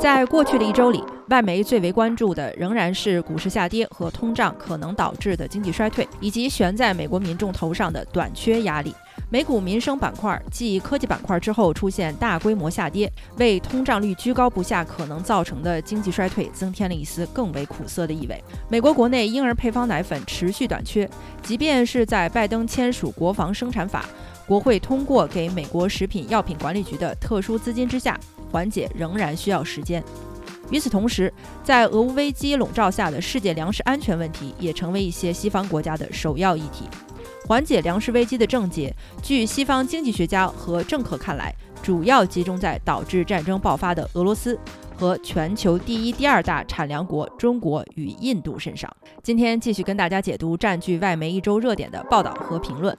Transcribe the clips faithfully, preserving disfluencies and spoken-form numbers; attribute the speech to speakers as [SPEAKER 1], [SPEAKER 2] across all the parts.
[SPEAKER 1] 在过去的一周里，外媒最为关注的仍然是股市下跌和通胀可能导致的经济衰退，以及悬在美国民众头上的短缺压力。美股民生板块继科技板块之后出现大规模下跌，为通胀率居高不下可能造成的经济衰退增添了一丝更为苦涩的意味。美国国内婴儿配方奶粉持续短缺，即便是在拜登签署国防生产法，国会通过给美国食品药品管理局的特殊资金之下，缓解仍然需要时间。与此同时，在俄乌危机笼罩下的世界粮食安全问题也成为一些西方国家的首要议题。缓解粮食危机的症结，据西方经济学家和政客看来，主要集中在导致战争爆发的俄罗斯和全球第一、第二大产粮国中国与印度身上。今天继续跟大家解读占据外媒一周热点的报道和评论。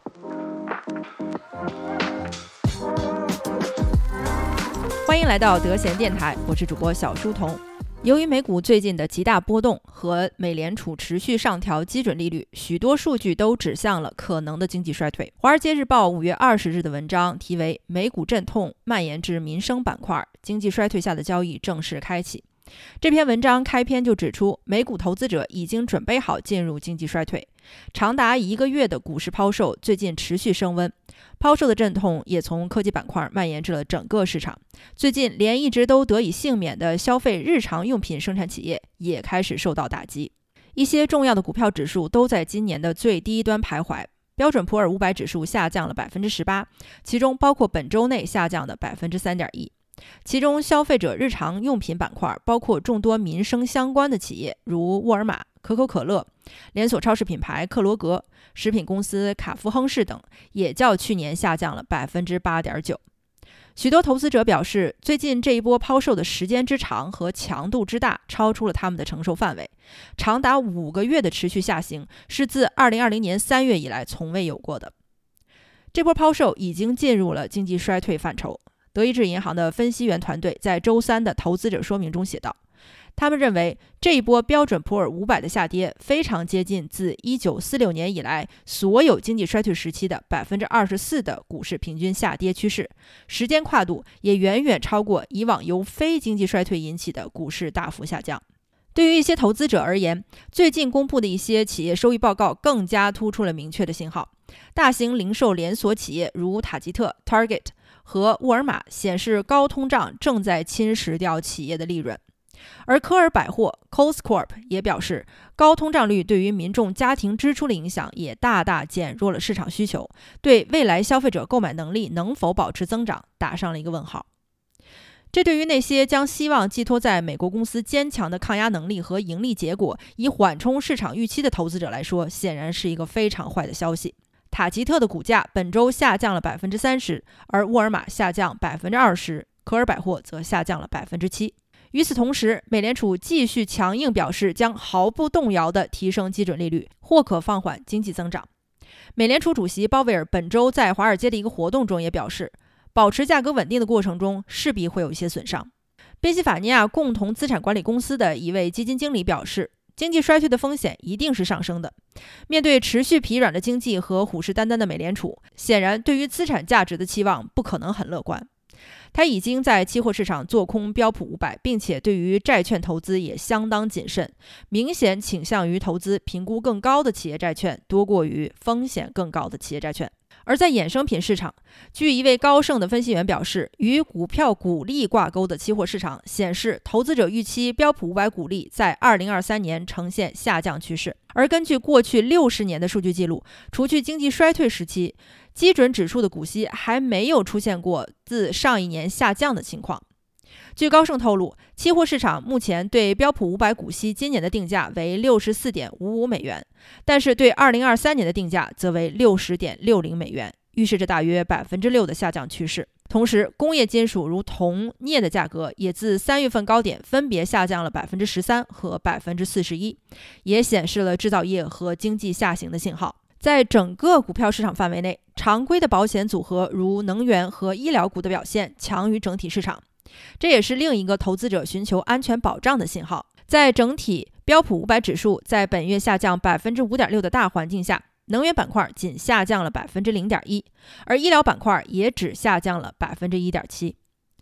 [SPEAKER 1] 欢迎来到德贤电台，我是主播小书童。由于美股最近的极大波动和美联储持续上调基准利率，许多数据都指向了可能的经济衰退。华尔街日报五月二十日的文章题为《美股阵痛蔓延至民生板块，经济衰退下的交易正式开启》。这篇文章开篇就指出，美股投资者已经准备好进入经济衰退。长达一个月的股市抛售最近持续升温，抛售的阵痛也从科技板块蔓延至了整个市场。最近连一直都得以幸免的消费日常用品生产企业也开始受到打击。一些重要的股票指数都在今年的最低端徘徊，标准普尔五百指数下降了 百分之十八， 其中包括本周内下降的 百分之三点一。其中消费者日常用品板块包括众多民生相关的企业，如沃尔玛、可口可乐、连锁超市品牌克罗格、食品公司卡夫亨氏等，也较去年下降了 百分之八点九。 许多投资者表示，最近这一波抛售的时间之长和强度之大超出了他们的承受范围，长达五个月的持续下行是自二零二零年三月以来从未有过的。这波抛售已经进入了经济衰退范畴。德意志银行的分析员团队在周三的投资者说明中写道，他们认为这一波标准普尔五百的下跌非常接近自一九四六年以来所有经济衰退时期的 百分之二十四 的股市平均下跌趋势，时间跨度也远远超过以往由非经济衰退引起的股市大幅下降。对于一些投资者而言，最近公布的一些企业收益报告更加突出了明确的信号。大型零售连锁企业如塔吉特 Target 和沃尔玛显示高通胀正在侵蚀掉企业的利润，而科尔百货 Kohl's Corp 也表示，高通胀率对于民众家庭支出的影响也大大减弱了市场需求，对未来消费者购买能力能否保持增长打上了一个问号。这对于那些将希望寄托在美国公司坚强的抗压能力和盈利结果以缓冲市场预期的投资者来说，显然是一个非常坏的消息。塔吉特的股价本周下降了 百分之三十， 而沃尔玛下降 百分之二十， 科尔百货则下降了 百分之七。 与此同时，美联储继续强硬表示将毫不动摇地提升基准利率，或可放缓经济增长。美联储主席鲍威尔本周在华尔街的一个活动中也表示，保持价格稳定的过程中势必会有一些损伤。宾夕法尼亚共同资产管理公司的一位基金经理表示，经济衰退的风险一定是上升的。面对持续疲软的经济和虎视眈眈的美联储，显然对于资产价值的期望不可能很乐观。他已经在期货市场做空标普五百，并且对于债券投资也相当谨慎，明显倾向于投资评估更高的企业债券多过于风险更高的企业债券。而在衍生品市场，据一位高盛的分析员表示，与股票股利挂钩的期货市场显示，投资者预期标普五百股利在二零二三年呈现下降趋势。而根据过去六十年的数据记录，除去经济衰退时期，基准指数的股息还没有出现过自上一年下降的情况。据高盛透露，期货市场目前对标普五百股息今年的定价为 六十四点五五美元，但是对二零二三年的定价则为 六十点六零美元，预示着大约 百分之六 的下降趋势。同时，工业金属如铜、镍的价格也自三月份高点分别下降了 百分之十三 和 百分之四十一， 也显示了制造业和经济下行的信号。在整个股票市场范围内，常规的保险组合如能源和医疗股的表现强于整体市场，这也是另一个投资者寻求安全保障的信号。在整体标普五百指数在本月下降 百分之五点六 的大环境下，能源板块仅下降了 百分之零点一， 而医疗板块也只下降了 百分之一点七。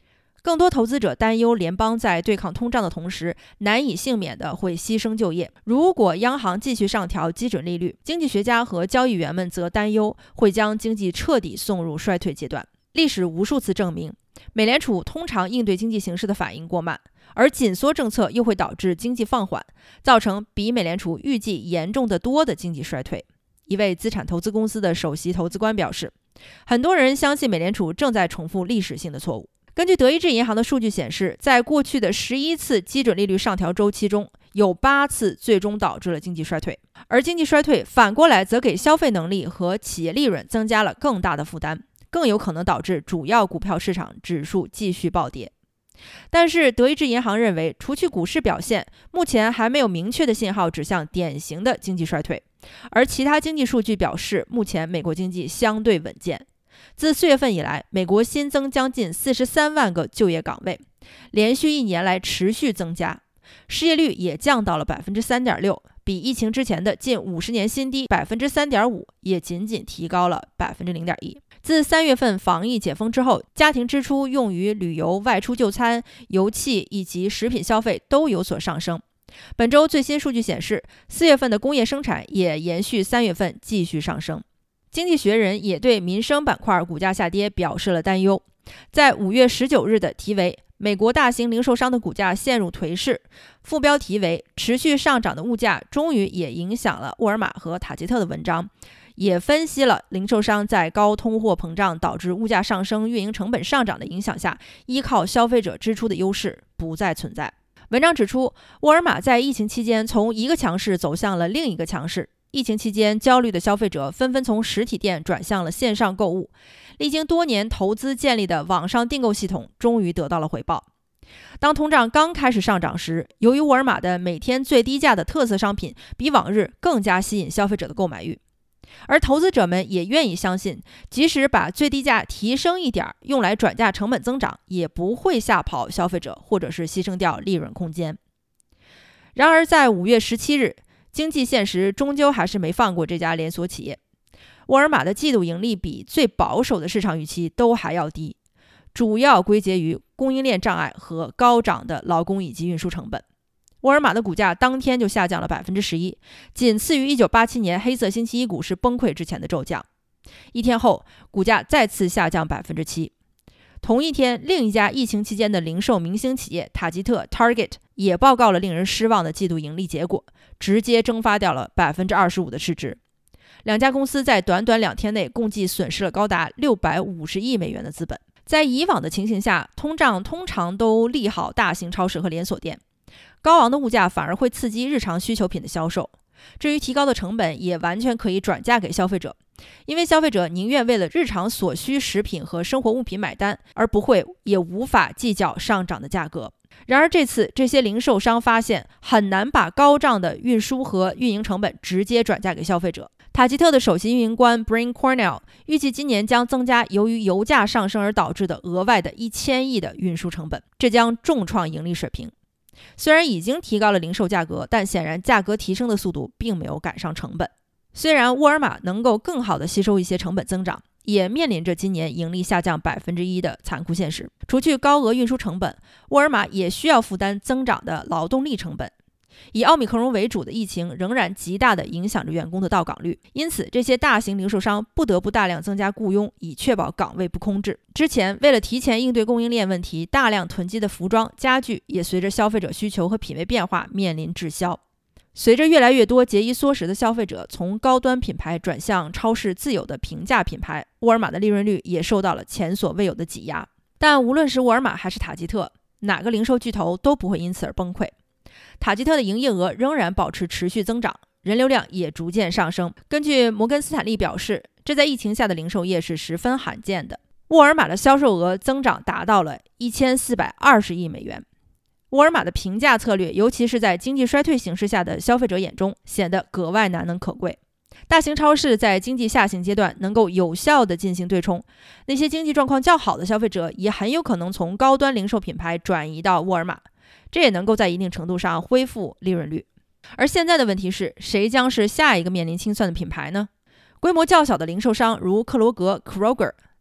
[SPEAKER 1] 更多投资者担忧联邦在对抗通胀的同时，难以幸免的会牺牲就业。如果央行继续上调基准利率，经济学家和交易员们则担忧会将经济彻底送入衰退阶段。历史无数次证明，美联储通常应对经济形势的反应过慢，而紧缩政策又会导致经济放缓，造成比美联储预计严重得多的经济衰退。一位资产投资公司的首席投资官表示，很多人相信美联储正在重复历史性的错误。根据德意志银行的数据显示，在过去的十一次基准利率上调周期中，有八次最终导致了经济衰退，而经济衰退反过来则给消费能力和企业利润增加了更大的负担，更有可能导致主要股票市场指数继续暴跌。但是德意志银行认为，除去股市表现，目前还没有明确的信号指向典型的经济衰退，而其他经济数据表示，目前美国经济相对稳健。自四月份以来，美国新增将近四十三万个就业岗位，连续一年来持续增加，失业率也降到了 百分之三点六， 比疫情之前的近五十年新低 百分之三点五 也仅仅提高了 百分之零点一。自三月份防疫解封之后，家庭支出用于旅游、外出就餐、油气以及食品消费都有所上升。本周最新数据显示，四月份的工业生产也延续三月份继续上升。经济学人也对民生板块股价下跌表示了担忧。在五月十九日的题为美国大型零售商的股价陷入颓势，副标题为持续上涨的物价终于也影响了沃尔玛和塔吉特的文章，也分析了零售商在高通货膨胀导致物价上升、运营成本上涨的影响下，依靠消费者支出的优势不再存在。文章指出，沃尔玛在疫情期间从一个强势走向了另一个强势。疫情期间，焦虑的消费者纷纷从实体店转向了线上购物，历经多年投资建立的网上订购系统终于得到了回报。当通胀刚开始上涨时，由于沃尔玛的每天最低价的特色商品比往日更加吸引消费者的购买欲，而投资者们也愿意相信，即使把最低价提升一点，用来转嫁成本增长，也不会吓跑消费者，或者是牺牲掉利润空间。然而，在五月十七日，经济现实终究还是没放过这家连锁企业。沃尔玛的季度盈利比最保守的市场预期都还要低，主要归结于供应链障碍和高涨的劳工以及运输成本。沃尔玛的股价当天就下降了 百分之十一， 仅次于一九八七年黑色星期一股市崩溃之前的骤降。一天后，股价再次下降 百分之七。同一天，另一家疫情期间的零售明星企业塔吉特 Target 也报告了令人失望的季度盈利结果，直接蒸发掉了 百分之二十五 的市值。两家公司在短短两天内共计损失了高达六百五十亿美元的资本。在以往的情形下，通胀通常都利好大型超市和连锁店，高昂的物价反而会刺激日常需求品的销售。至于提高的成本，也完全可以转嫁给消费者，因为消费者宁愿为了日常所需食品和生活物品买单，而不会也无法计较上涨的价格。然而这次，这些零售商发现很难把高涨的运输和运营成本直接转嫁给消费者。塔吉特的首席运营官 Brian Cornell 预计今年将增加由于油价上升而导致的额外的一千亿的运输成本，这将重创盈利水平。虽然已经提高了零售价格，但显然价格提升的速度并没有赶上成本。虽然沃尔玛能够更好地吸收一些成本增长，也面临着今年盈利下降 百分之一 的残酷现实。除去高额运输成本，沃尔玛也需要负担增长的劳动力成本。以奥密克戎为主的疫情仍然极大地影响着员工的到岗率，因此这些大型零售商不得不大量增加雇佣，以确保岗位不空置。之前为了提前应对供应链问题，大量囤积的服装、家具也随着消费者需求和品味变化面临滞销。随着越来越多节衣缩食的消费者从高端品牌转向超市自有的平价品牌，沃尔玛的利润率也受到了前所未有的挤压。但无论是沃尔玛还是塔吉特，哪个零售巨头都不会因此而崩溃。塔吉特的营业额仍然保持持续增长，人流量也逐渐上升。根据摩根斯坦利表示，这在疫情下的零售业是十分罕见的。沃尔玛的销售额增长达到了一千四百二十亿美元。沃尔玛的平价策略，尤其是在经济衰退形势下的消费者眼中，显得格外难能可贵。大型超市在经济下行阶段能够有效地进行对冲，那些经济状况较好的消费者也很有可能从高端零售品牌转移到沃尔玛，这也能够在一定程度上恢复利润率。而现在的问题是，谁将是下一个面临清算的品牌呢？规模较小的零售商如克罗格 Kroger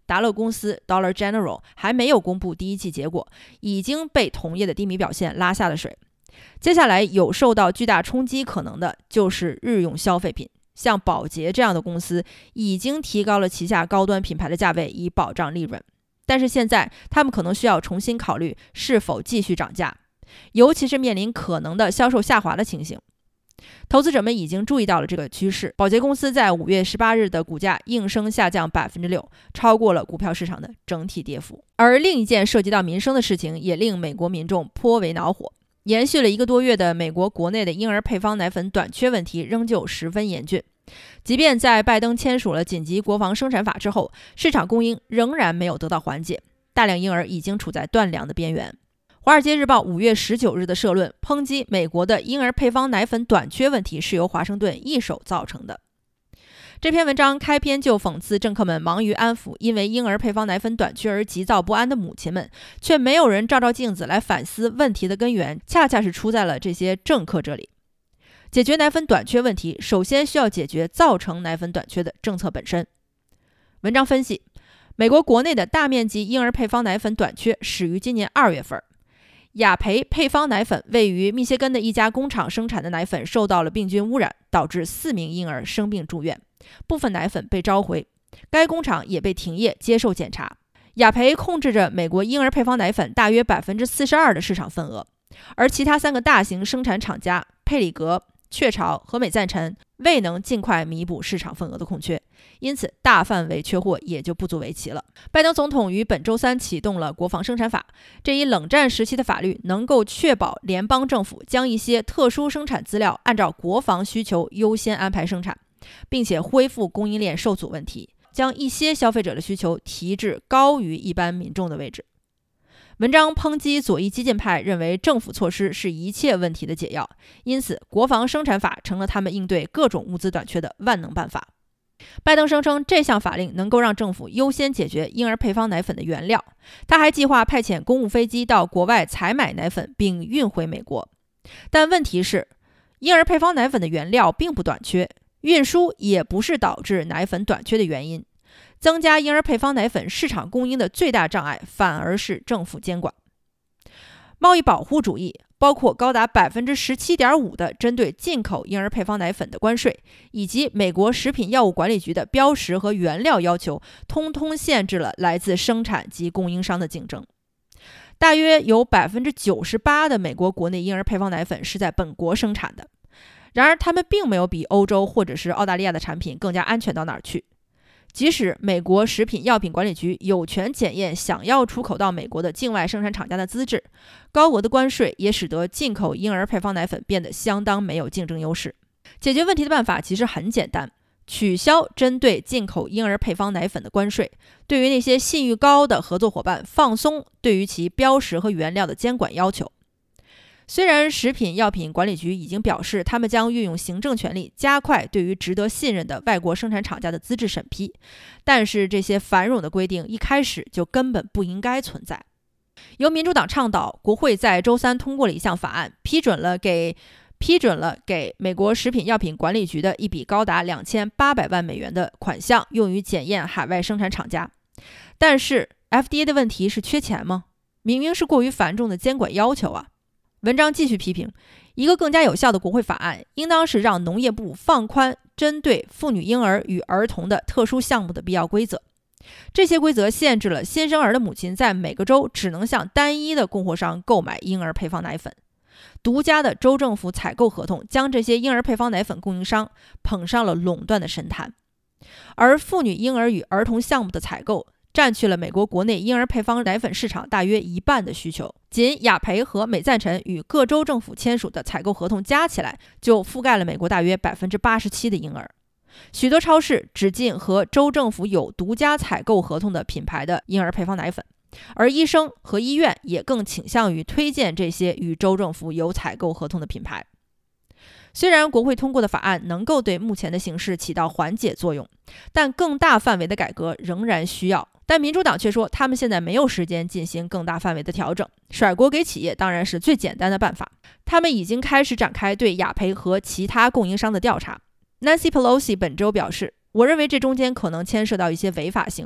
[SPEAKER 1] 达乐公司 Dollar General 还没有公布第一季结果，已经被同业的低迷表现拉下了水。接下来有受到巨大冲击可能的就是日用消费品，像宝洁这样的公司已经提高了旗下高端品牌的价位以保障利润，但是现在他们可能需要重新考虑是否继续涨价，尤其是面临可能的销售下滑的情形。投资者们已经注意到了这个趋势，宝洁公司在五月十八日的股价应声下降 百分之六， 超过了股票市场的整体跌幅。而另一件涉及到民生的事情也令美国民众颇为恼火。延续了一个多月的美国国内的婴儿配方奶粉短缺问题仍旧十分严峻，即便在拜登签署了紧急国防生产法之后，市场供应仍然没有得到缓解，大量婴儿已经处在断粮的边缘。华尔街日报五月十九日的社论抨击美国的婴儿配方奶粉短缺问题是由华盛顿一手造成的。这篇文章开篇就讽刺政客们忙于安抚因为婴儿配方奶粉短缺而急躁不安的母亲们，却没有人照照镜子来反思问题的根源，恰恰是出在了这些政客这里。解决奶粉短缺问题，首先需要解决造成奶粉短缺的政策本身。文章分析，美国国内的大面积婴儿配方奶粉短缺始于今年二月份。雅培配方奶粉位于密歇根的一家工厂生产的奶粉受到了病菌污染，导致四名婴儿生病住院，部分奶粉被召回，该工厂也被停业接受检查。雅培控制着美国婴儿配方奶粉大约 百分之四十二 的市场份额，而其他三个大型生产厂家佩里格、雀巢和美赞臣未能尽快弥补市场份额的空缺，因此大范围缺货也就不足为奇了。拜登总统于本周三启动了国防生产法，这一冷战时期的法律能够确保联邦政府将一些特殊生产资料按照国防需求优先安排生产，并且恢复供应链受阻问题，将一些消费者的需求提至高于一般民众的位置。文章抨击左翼激进派认为政府措施是一切问题的解药，因此国防生产法成了他们应对各种物资短缺的万能办法。拜登声称这项法令能够让政府优先解决婴儿配方奶粉的原料，他还计划派遣公务飞机到国外采买奶粉并运回美国。但问题是，婴儿配方奶粉的原料并不短缺，运输也不是导致奶粉短缺的原因。增加婴儿配方奶粉市场供应的最大障碍反而是政府监管。贸易保护主义包括高达 百分之十七点五 的针对进口婴儿配方奶粉的关税，以及美国食品药物管理局的标识和原料要求，通通限制了来自生产及供应商的竞争。大约有 百分之九十八 的美国国内婴儿配方奶粉是在本国生产的，然而他们并没有比欧洲或者是澳大利亚的产品更加安全到哪儿去。即使美国食品药品管理局有权检验想要出口到美国的境外生产厂家的资质，高额的关税也使得进口婴儿配方奶粉变得相当没有竞争优势。解决问题的办法其实很简单，取消针对进口婴儿配方奶粉的关税，对于那些信誉高的合作伙伴放松对于其标识和原料的监管要求。虽然食品药品管理局已经表示他们将运用行政权力加快对于值得信任的外国生产厂家的资质审批，但是这些繁冗的规定一开始就根本不应该存在。由民主党倡导，国会在周三通过了一项法案，批准了给批准了给美国食品药品管理局的一笔高达两千八百万美元的款项，用于检验海外生产厂家。但是 F D A 的问题是缺钱吗？明明是过于繁重的监管要求啊。文章继续批评，一个更加有效的国会法案应当是让农业部放宽针对妇女婴儿与儿童的特殊项目的必要规则。这些规则限制了新生儿的母亲在每个州只能向单一的供货商购买婴儿配方奶粉。独家的州政府采购合同将这些婴儿配方奶粉供应商捧上了垄断的神坛。而妇女婴儿与儿童项目的采购占据了美国国内婴儿配方奶粉市场大约一半的需求，仅雅培和美赞臣与各州政府签署的采购合同加起来，就覆盖了美国大约 百分之八十七 的婴儿。许多超市只进和州政府有独家采购合同的品牌的婴儿配方奶粉，而医生和医院也更倾向于推荐这些与州政府有采购合同的品牌。虽然国会通过的法案能够对目前的形势起到缓解作用，但更大范围的改革仍然需要。但民主党却说他们现在没有时间进行更大范围的调整，甩锅给企业当然是最简单的办法。他们已经开始展开对雅培和其他供应商的调查。Nancy Pelosi 本周表示，我认为这中间可能牵涉到一些违法行为。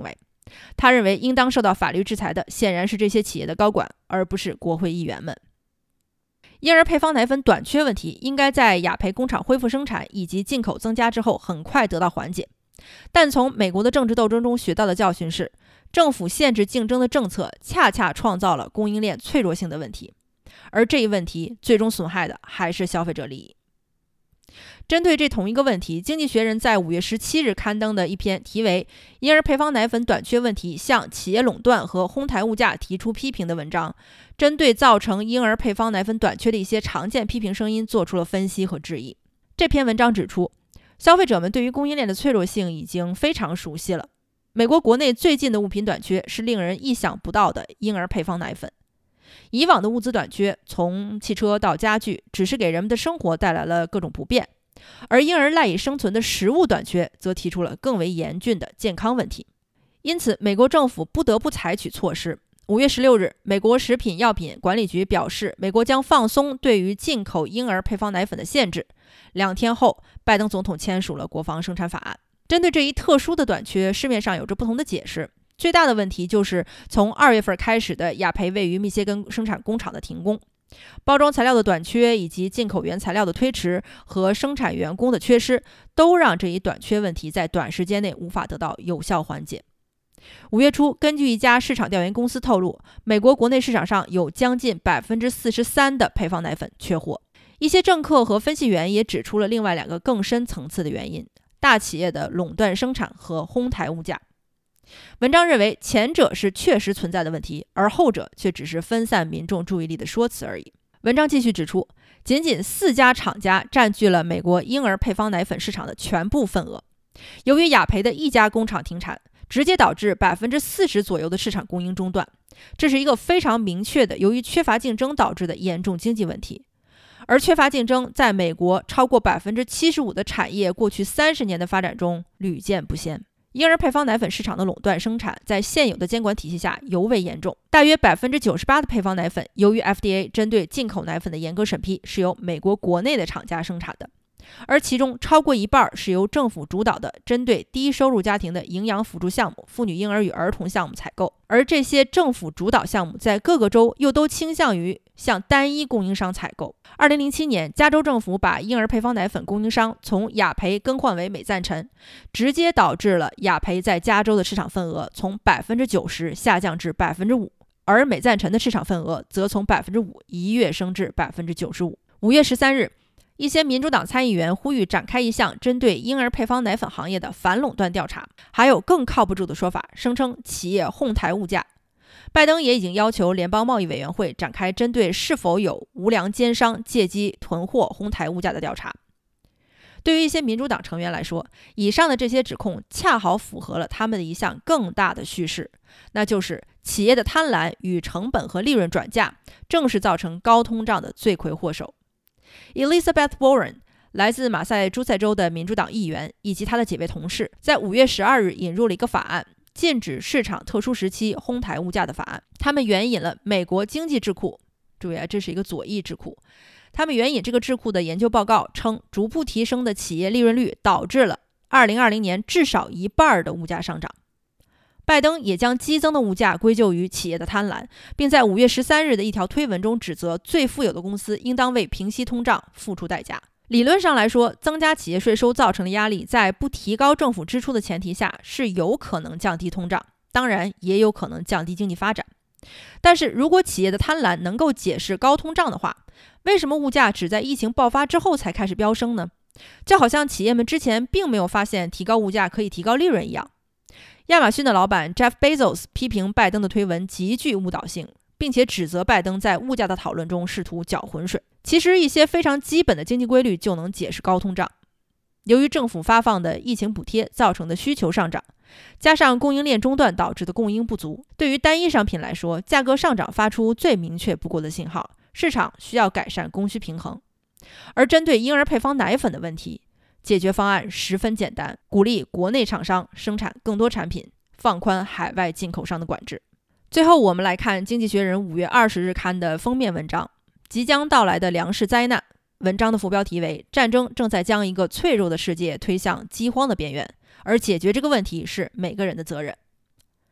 [SPEAKER 1] 他认为应当受到法律制裁的显然是这些企业的高管，而不是国会议员们。婴儿配方奶粉短缺问题应该在雅培工厂恢复生产以及进口增加之后很快得到缓解，但从美国的政治斗争中学到的教训是，政府限制竞争的政策恰恰创造了供应链脆弱性的问题，而这一问题最终损害的还是消费者利益。针对这同一个问题，经济学人在五月十七日刊登的一篇题为《婴儿配方奶粉短缺问题向企业垄断和哄抬物价提出批评》的文章，针对造成婴儿配方奶粉短缺的一些常见批评声音做出了分析和质疑。这篇文章指出，消费者们对于供应链的脆弱性已经非常熟悉了。美国国内最近的物品短缺是令人意想不到的婴儿配方奶粉。以往的物资短缺，从汽车到家具，只是给人们的生活带来了各种不便，而婴儿赖以生存的食物短缺则提出了更为严峻的健康问题。因此，美国政府不得不采取措施。五月十六日，美国食品药品管理局表示，美国将放松对于进口婴儿配方奶粉的限制。两天后，拜登总统签署了国防生产法案。针对这一特殊的短缺，市面上有着不同的解释。最大的问题就是从二月份开始的雅培位于密歇根生产工厂的停工。包装材料的短缺，以及进口原材料的推迟和生产员工的缺失，都让这一短缺问题在短时间内无法得到有效缓解。五月初，根据一家市场调研公司透露，美国国内市场上有将近 百分之四十三 的配方奶粉缺货。一些政客和分析员也指出了另外两个更深层次的原因：大企业的垄断生产和哄抬物价。文章认为，前者是确实存在的问题，而后者却只是分散民众注意力的说辞而已。文章继续指出，仅仅四家厂家占据了美国婴儿配方奶粉市场的全部份额。由于雅培的一家工厂停产，直接导致 百分之四十 左右的市场供应中断，这是一个非常明确的由于缺乏竞争导致的严重经济问题。而缺乏竞争在美国超过 百分之七十五 的产业过去三十年的发展中屡见不鲜。婴儿配方奶粉市场的垄断生产在现有的监管体系下尤为严重，大约 百分之九十八 的配方奶粉由于 F D A 针对进口奶粉的严格审批是由美国国内的厂家生产的，而其中超过一半是由政府主导的针对低收入家庭的营养辅助项目妇女婴儿与儿童项目采购，而这些政府主导项目在各个州又都倾向于向单一供应商采购。二零零七年，加州政府把婴儿配方奶粉供应商从雅培更换为美赞臣，直接导致了雅培在加州的市场份额从 百分之九十 下降至 百分之五， 而美赞臣的市场份额则从 百分之五 一跃升至 百分之九十五。 五月十三日，一些民主党参议员呼吁展开一项针对婴儿配方奶粉行业的反垄断调查，还有更靠不住的说法，声称企业哄抬物价。拜登也已经要求联邦贸易委员会展开针对是否有无良奸商借机囤货哄抬物价的调查。对于一些民主党成员来说，以上的这些指控恰好符合了他们的一项更大的叙事，那就是企业的贪婪与成本和利润转嫁正是造成高通胀的罪魁祸首。Elizabeth Warren， 来自马赛诸塞州的民主党议员，以及他的几位同事，在五月十二日引入了一个法案，禁止市场特殊时期哄抬物价的法案。他们援引了美国经济智库，注意啊，这是一个左翼智库。他们援引这个智库的研究报告称，逐步提升的企业利润率导致了二零二零年至少一半的物价上涨。拜登也将激增的物价归咎于企业的贪婪，并在五月十三日的一条推文中指责最富有的公司应当为平息通胀付出代价。理论上来说，增加企业税收造成的压力在不提高政府支出的前提下是有可能降低通胀，当然也有可能降低经济发展。但是如果企业的贪婪能够解释高通胀的话，为什么物价只在疫情爆发之后才开始飙升呢？就好像企业们之前并没有发现提高物价可以提高利润一样。亚马逊的老板 Jeff Bezos 批评拜登的推文极具误导性，并且指责拜登在物价的讨论中试图搅浑水。其实一些非常基本的经济规律就能解释高通胀。由于政府发放的疫情补贴造成的需求上涨，加上供应链中断导致的供应不足，对于单一商品来说，价格上涨发出最明确不过的信号，市场需要改善供需平衡。而针对婴儿配方奶粉的问题，解决方案十分简单，鼓励国内厂商生产更多产品，放宽海外进口商的管制。最后我们来看经济学人五月二十日刊的封面文章，即将到来的粮食灾难。文章的副标题为战争正在将一个脆弱的世界推向饥荒的边缘，而解决这个问题是每个人的责任。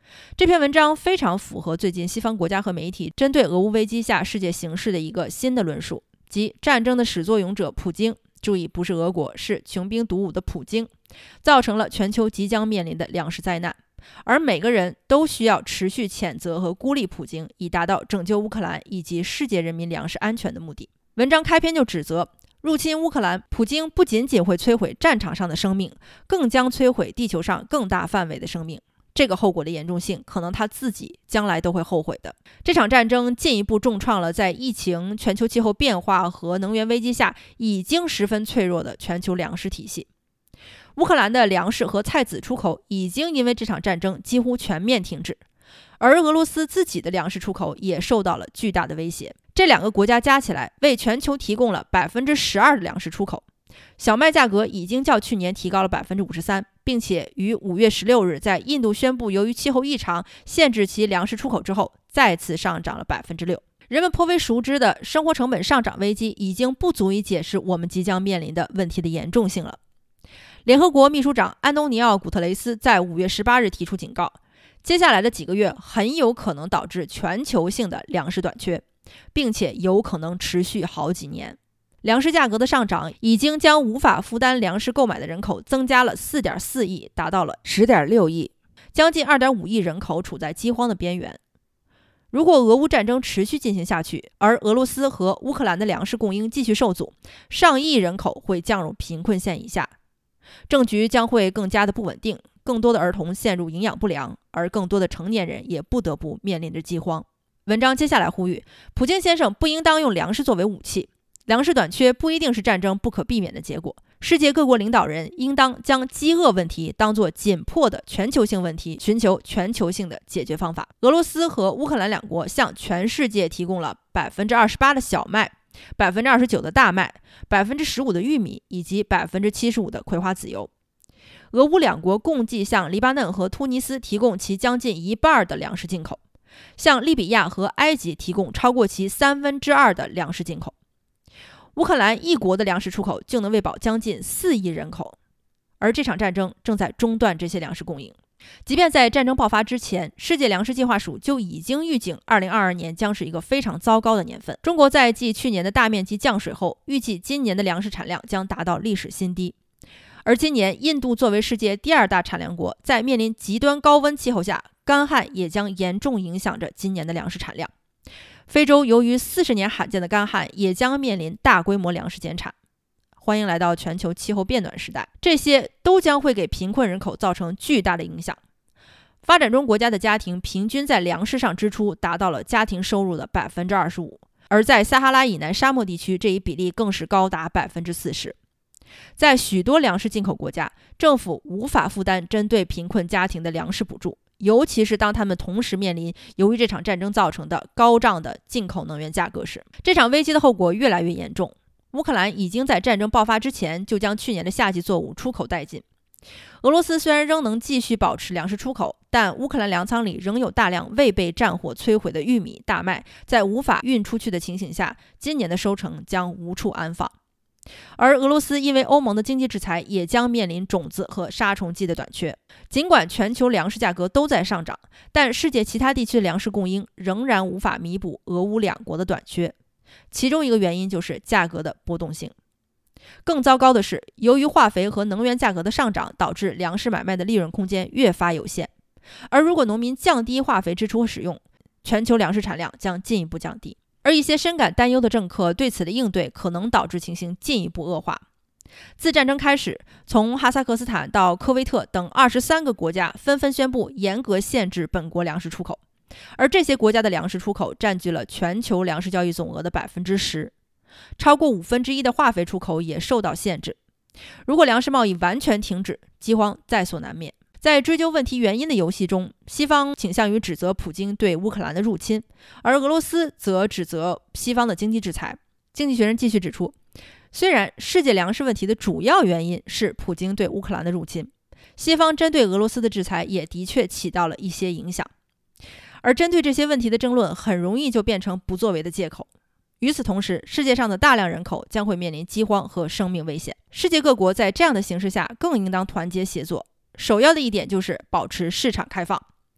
[SPEAKER 1] 这篇文章非常符合最近西方国家和媒体针对俄乌危机下世界形势的一个新的论述，即战争的始作俑者普京，注意不是俄国，是穷兵黩武的普京，造成了全球即将面临的粮食灾难，而每个人都需要持续谴责和孤立普京，以达到拯救乌克兰以及世界人民粮食安全的目的。文章开篇就指责入侵乌克兰，普京不仅仅会摧毁战场上的生命，更将摧毁地球上更大范围的生命。这个后果的严重性，可能他自己将来都会后悔的。这场战争进一步重创了在疫情、全球气候变化和能源危机下已经十分脆弱的全球粮食体系。乌克兰的粮食和菜籽出口已经因为这场战争几乎全面停止，而俄罗斯自己的粮食出口也受到了巨大的威胁。这两个国家加起来为全球提供了 百分之十二 的粮食出口。小麦价格已经较去年提高了 百分之五十三， 并且于五月十六日在印度宣布由于气候异常限制其粮食出口之后，再次上涨了 百分之六。 人们颇为熟知的生活成本上涨危机已经不足以解释我们即将面临的问题的严重性了。联合国秘书长安东尼奥·古特雷斯在五月十八日提出警告，接下来的几个月很有可能导致全球性的粮食短缺，并且有可能持续好几年。粮食价格的上涨已经将无法负担粮食购买的人口增加了 四点四亿，达到了 十点六亿，将近 二点五亿人口处在饥荒的边缘。如果俄乌战争持续进行下去，而俄罗斯和乌克兰的粮食供应继续受阻，上亿人口会降入贫困线以下，政局将会更加的不稳定，更多的儿童陷入营养不良，而更多的成年人也不得不面临着饥荒。文章接下来呼吁，普京先生不应当用粮食作为武器，粮食短缺不一定是战争不可避免的结果。世界各国领导人应当将饥饿问题当作紧迫的全球性问题，寻求全球性的解决方法。俄罗斯和乌克兰两国向全世界提供了 百分之二十八 的小麦、百分之二十九 的大麦、百分之十五 的玉米以及 百分之七十五 的葵花籽油。俄乌两国共计向黎巴嫩和突尼斯提供其将近一半的粮食进口，向利比亚和埃及提供超过其三分之二的粮食进口。乌克兰一国的粮食出口就能喂饱将近四亿人口，而这场战争正在中断这些粮食供应。即便在战争爆发之前，世界粮食计划署就已经预警二零二二年将是一个非常糟糕的年份。中国在继去年的大面积降水后，预计今年的粮食产量将达到历史新低。而今年印度作为世界第二大产粮国，在面临极端高温气候下，干旱也将严重影响着今年的粮食产量。非洲由于四十年罕见的干旱，也将面临大规模粮食减产。欢迎来到全球气候变暖时代，这些都将会给贫困人口造成巨大的影响。发展中国家的家庭平均在粮食上支出达到了家庭收入的 百分之二十五， 而在撒哈拉以南沙漠地区，这一比例更是高达 百分之四十。在许多粮食进口国家，政府无法负担针对贫困家庭的粮食补助，尤其是当他们同时面临由于这场战争造成的高涨的进口能源价格时。这场危机的后果越来越严重。乌克兰已经在战争爆发之前就将去年的夏季作物出口殆尽。俄罗斯虽然仍能继续保持粮食出口，但乌克兰粮仓里仍有大量未被战火摧毁的玉米、大麦，在无法运出去的情形下，今年的收成将无处安放。而俄罗斯因为欧盟的经济制裁，也将面临种子和杀虫剂的短缺。尽管全球粮食价格都在上涨，但世界其他地区的粮食供应仍然无法弥补俄乌两国的短缺。其中一个原因就是价格的波动性。更糟糕的是，由于化肥和能源价格的上涨，导致粮食买卖的利润空间越发有限。而如果农民降低化肥支出和使用，全球粮食产量将进一步降低。而一些深感担忧的政客对此的应对可能导致情形进一步恶化。自战争开始，从哈萨克斯坦到科威特等二十三个国家纷纷宣布严格限制本国粮食出口，而这些国家的粮食出口占据了全球粮食交易总额的 百分之十， 超过五分之一的化肥出口也受到限制。如果粮食贸易完全停止，饥荒在所难免。在追究问题原因的游戏中，西方倾向于指责普京对乌克兰的入侵，而俄罗斯则指责西方的经济制裁。经济学人继续指出，虽然世界粮食问题的主要原因是普京对乌克兰的入侵，西方针对俄罗斯的制裁也的确起到了一些影响。而针对这些问题的争论很容易就变成不作为的借口。与此同时，世界上的大量人口将会面临饥荒和生命危险。世界各国在这样的形势下更应当团结协作。首要的一点就是保持市场开放。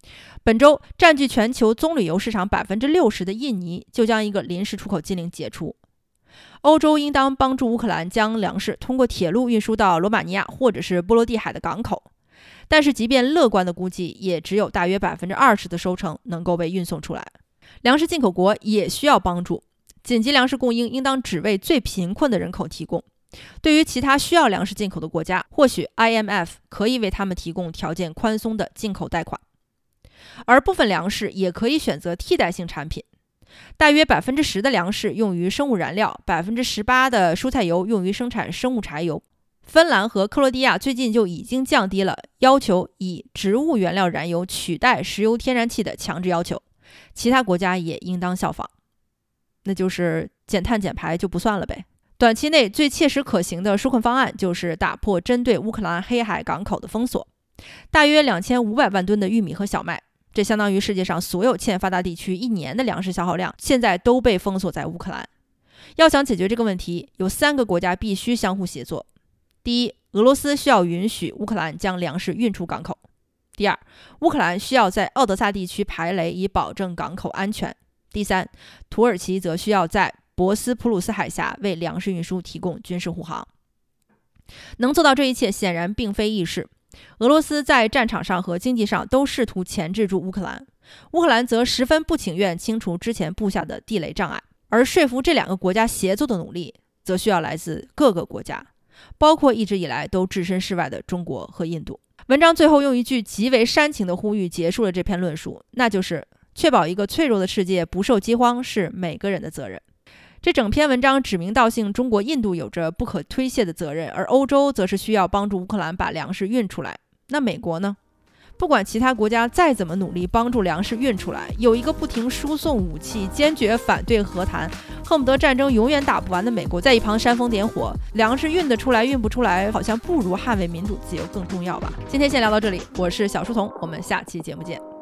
[SPEAKER 1] 本周占据全球棕榈油市场 百分之六十 的印尼就将一个临时出口禁令解除。欧洲应当帮助乌克兰将粮食通过铁路运输到罗马尼亚或者是波罗的海的港口，但是即便乐观的估计，也只有大约 百分之二十 的收成能够被运送出来。粮食进口国也需要帮助，紧急粮食供应应当只为最贫困的人口提供。对于其他需要粮食进口的国家，或许 I M F 可以为他们提供条件宽松的进口贷款，而部分粮食也可以选择替代性产品。大约 百分之十 的粮食用于生物燃料， 百分之十八 的蔬菜油用于生产生物柴油。芬兰和克罗地亚最近就已经降低了要求以植物原料燃油取代石油天然气的强制要求，其他国家也应当效仿。那就是减碳减排就不算了呗。短期内最切实可行的纾困方案就是打破针对乌克兰黑海港口的封锁，大约两千五百万吨的玉米和小麦，这相当于世界上所有欠发达地区一年的粮食消耗量，现在都被封锁在乌克兰。要想解决这个问题，有三个国家必须相互协作。第一，俄罗斯需要允许乌克兰将粮食运出港口。第二，乌克兰需要在奥德萨地区排雷以保证港口安全。第三，土耳其则需要在博斯普鲁斯海峡为粮食运输提供军事护航。能做到这一切显然并非易事。俄罗斯在战场上和经济上都试图钳制住乌克兰，乌克兰则十分不情愿清除之前布下的地雷障碍，而说服这两个国家协作的努力则需要来自各个国家，包括一直以来都置身事外的中国和印度。文章最后用一句极为煽情的呼吁结束了这篇论述，那就是确保一个脆弱的世界不受饥荒是每个人的责任。这整篇文章指名道姓中国、印度有着不可推卸的责任，而欧洲则是需要帮助乌克兰把粮食运出来。那美国呢？不管其他国家再怎么努力帮助粮食运出来，有一个不停输送武器、坚决反对和谈、恨不得战争永远打不完的美国在一旁煽风点火，粮食运得出来运不出来，好像不如捍卫民主自由更重要吧。今天先聊到这里，我是小书童，我们下期节目见。